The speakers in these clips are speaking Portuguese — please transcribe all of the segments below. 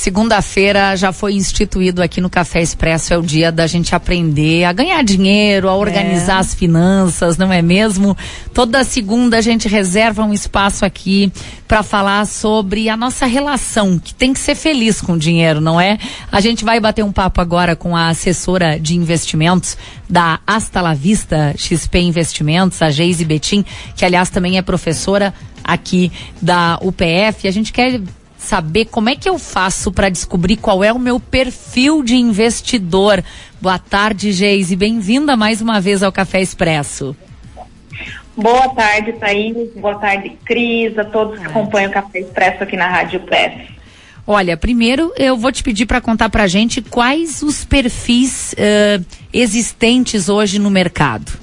Segunda-feira já foi instituído aqui no Café Expresso, é o dia da gente aprender a ganhar dinheiro, a organizar as finanças, não é mesmo? Toda segunda a gente reserva um espaço aqui para falar sobre a nossa relação, que tem que ser feliz com o dinheiro, não é? A gente vai bater um papo agora com a assessora de investimentos da Hasta La Vista XP Investimentos, a Geise Betim, que aliás também é professora aqui da UPF. A gente quer saber como é que eu faço para descobrir qual é o meu perfil de investidor. Boa tarde, Geise. Bem-vinda mais uma vez ao Café Expresso. Boa tarde, Thaís. Boa tarde, Cris, a todos que acompanham o Café Expresso aqui na Rádio UPF. Olha, primeiro eu vou te pedir para contar pra gente quais os perfis existentes hoje no mercado.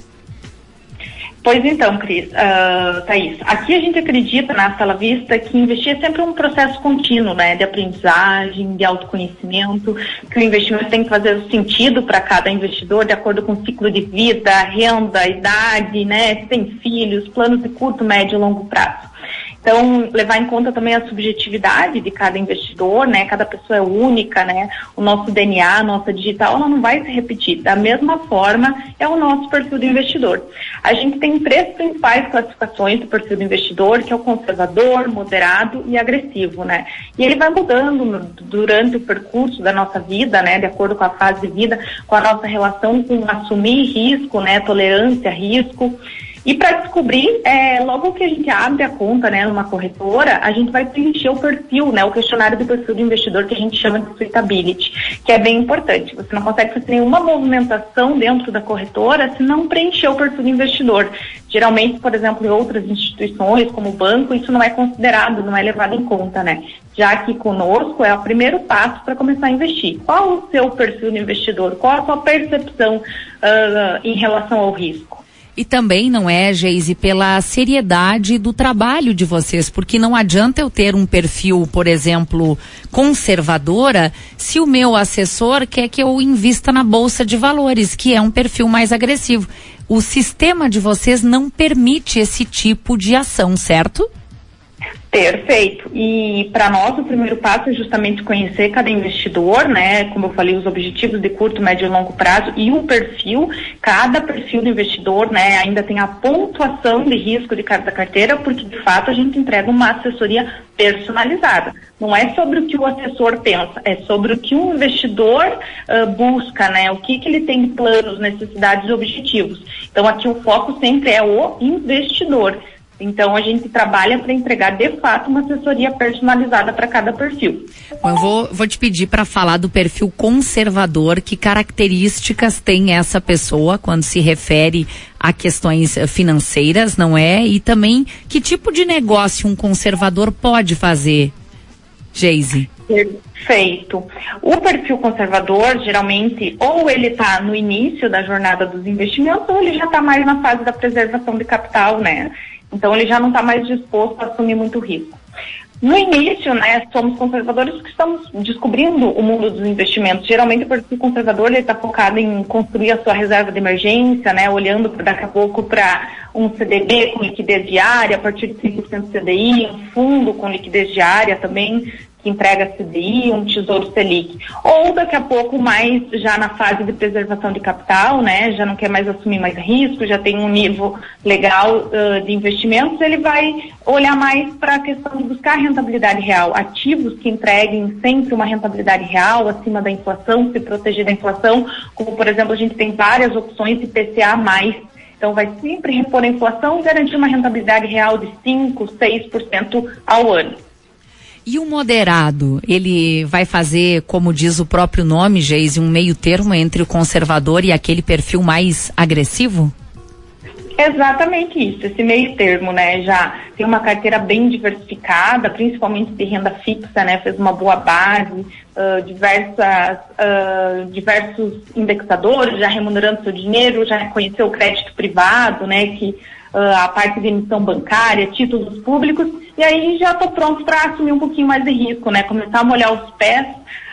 Pois então, Cris, Thaís, aqui a gente acredita na Hasta La Vista que investir é sempre um processo contínuo, né, de aprendizagem, de autoconhecimento, que o investimento tem que fazer sentido para cada investidor de acordo com o ciclo de vida, renda, idade, né, se tem filhos, planos de curto, médio e longo prazo. Então, levar em conta também a subjetividade de cada investidor, né? Cada pessoa é única, né? O nosso DNA, a nossa digital, ela não vai se repetir. Da mesma forma, é o nosso perfil do investidor. A gente tem 3 principais classificações do perfil do investidor, que é o conservador, moderado e agressivo, né? E ele vai mudando durante o percurso da nossa vida, né? De acordo com a fase de vida, com a nossa relação com assumir risco, né? Tolerância a risco. E para descobrir, logo que a gente abre a conta, né, numa corretora, a gente vai preencher o perfil, né, o questionário do perfil do investidor, que a gente chama de suitability, que é bem importante. Você não consegue fazer nenhuma movimentação dentro da corretora se não preencher o perfil do investidor. Geralmente, por exemplo, em outras instituições, como o banco, isso não é considerado, não é levado em conta, né? Já que conosco é o primeiro passo para começar a investir. Qual o seu perfil do investidor? Qual a sua percepção em relação ao risco? E também, não é, Geise, pela seriedade do trabalho de vocês, porque não adianta eu ter um perfil, por exemplo, conservadora, se o meu assessor quer que eu invista na Bolsa de Valores, que é um perfil mais agressivo. O sistema de vocês não permite esse tipo de ação, certo? Perfeito. E para nós o primeiro passo é justamente conhecer cada investidor, né? Como eu falei, os objetivos de curto, médio e longo prazo e o perfil. Cada perfil do investidor, né? Ainda tem a pontuação de risco de cada carteira, porque de fato a gente entrega uma assessoria personalizada. Não é sobre o que o assessor pensa, é sobre o que o investidor busca, né? O que ele tem de planos, necessidades e objetivos. Então aqui o foco sempre é o investidor. Então, a gente trabalha para entregar, de fato, uma assessoria personalizada para cada perfil. Eu vou te pedir para falar do perfil conservador. Que características tem essa pessoa quando se refere a questões financeiras, não é? E também, que tipo de negócio um conservador pode fazer, Geise? Perfeito. O perfil conservador, geralmente, ou ele está no início da jornada dos investimentos, ou ele já está mais na fase da preservação de capital, né? Então, ele já não está mais disposto a assumir muito risco. No início, né, somos conservadores que estamos descobrindo o mundo dos investimentos. Geralmente, o perfil conservador ele está focado em construir a sua reserva de emergência, né, olhando daqui a pouco para um CDB com liquidez diária, a partir de 5% CDI, um fundo com liquidez diária também, que entrega CDI, um tesouro Selic. Ou daqui a pouco mais já na fase de preservação de capital, né, já não quer mais assumir mais risco, já tem um nível legal de investimentos, ele vai olhar mais para a questão de buscar rentabilidade real, ativos que entreguem sempre uma rentabilidade real acima da inflação, se proteger da inflação, como por exemplo a gente tem várias opções de IPCA+, então vai sempre repor a inflação e garantir uma rentabilidade real de 5%, 6% ao ano. E o moderado, ele vai fazer, como diz o próprio nome, Geise, um meio termo entre o conservador e aquele perfil mais agressivo? Exatamente isso, esse meio termo, né, já tem uma carteira bem diversificada, principalmente de renda fixa, né, fez uma boa base, diversos indexadores, já remunerando seu dinheiro, já reconheceu o crédito privado, né, que a parte de emissão bancária, títulos públicos, e aí já estou pronto para assumir um pouquinho mais de risco, né, começar a molhar os pés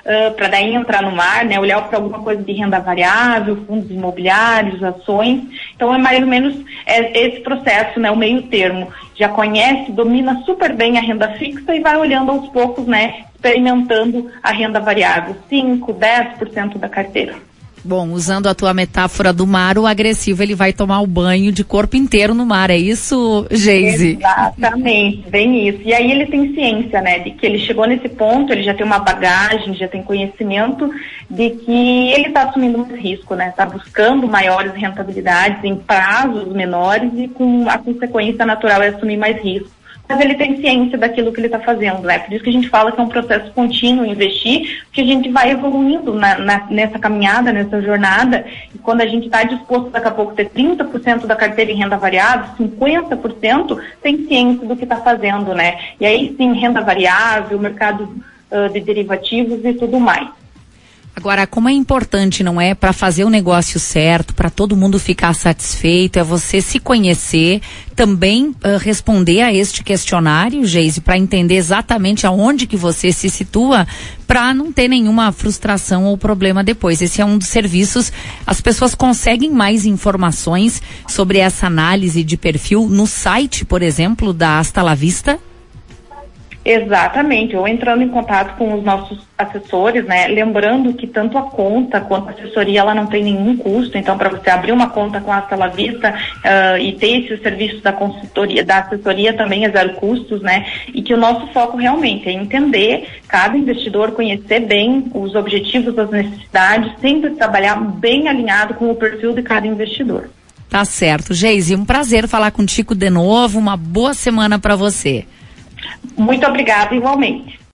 para daí entrar no mar, né? Olhar para alguma coisa de renda variável, fundos imobiliários, ações. Então é mais ou menos esse processo, né? O meio termo. Já conhece, domina super bem a renda fixa e vai olhando aos poucos, né? Experimentando a renda variável, 5%, 10% da carteira. Bom, usando a tua metáfora do mar, o agressivo ele vai tomar o banho de corpo inteiro no mar, é isso, Geise? Exatamente, bem isso. E aí ele tem ciência, né, de que ele chegou nesse ponto, ele já tem uma bagagem, já tem conhecimento de que ele está assumindo mais risco, né, está buscando maiores rentabilidades em prazos menores e com a consequência natural é assumir mais risco. Mas ele tem ciência daquilo que ele está fazendo, né? Por isso que a gente fala que é um processo contínuo investir, porque a gente vai evoluindo nessa caminhada, nessa jornada, e quando a gente está disposto daqui a pouco ter 30% da carteira em renda variável, 50% tem ciência do que está fazendo, né? E aí sim, renda variável, mercado de derivativos e tudo mais. Agora, como é importante, não é, para fazer o negócio certo, para todo mundo ficar satisfeito, é você se conhecer, também responder a este questionário, Geise, para entender exatamente aonde que você se situa, para não ter nenhuma frustração ou problema depois. Esse é um dos serviços. As pessoas conseguem mais informações sobre essa análise de perfil no site, por exemplo, da Hasta La Vista? Exatamente, ou entrando em contato com os nossos assessores, né? Lembrando que tanto a conta quanto a assessoria, ela não tem nenhum custo. Então, para você abrir uma conta com a Hasta La Vista e ter esse serviço da consultoria, da assessoria também é zero custos, né? E que o nosso foco realmente é entender cada investidor, conhecer bem os objetivos, as necessidades, sempre trabalhar bem alinhado com o perfil de cada investidor. Tá certo, Geise, um prazer falar contigo de novo, uma boa semana para você. Muito obrigada, igualmente.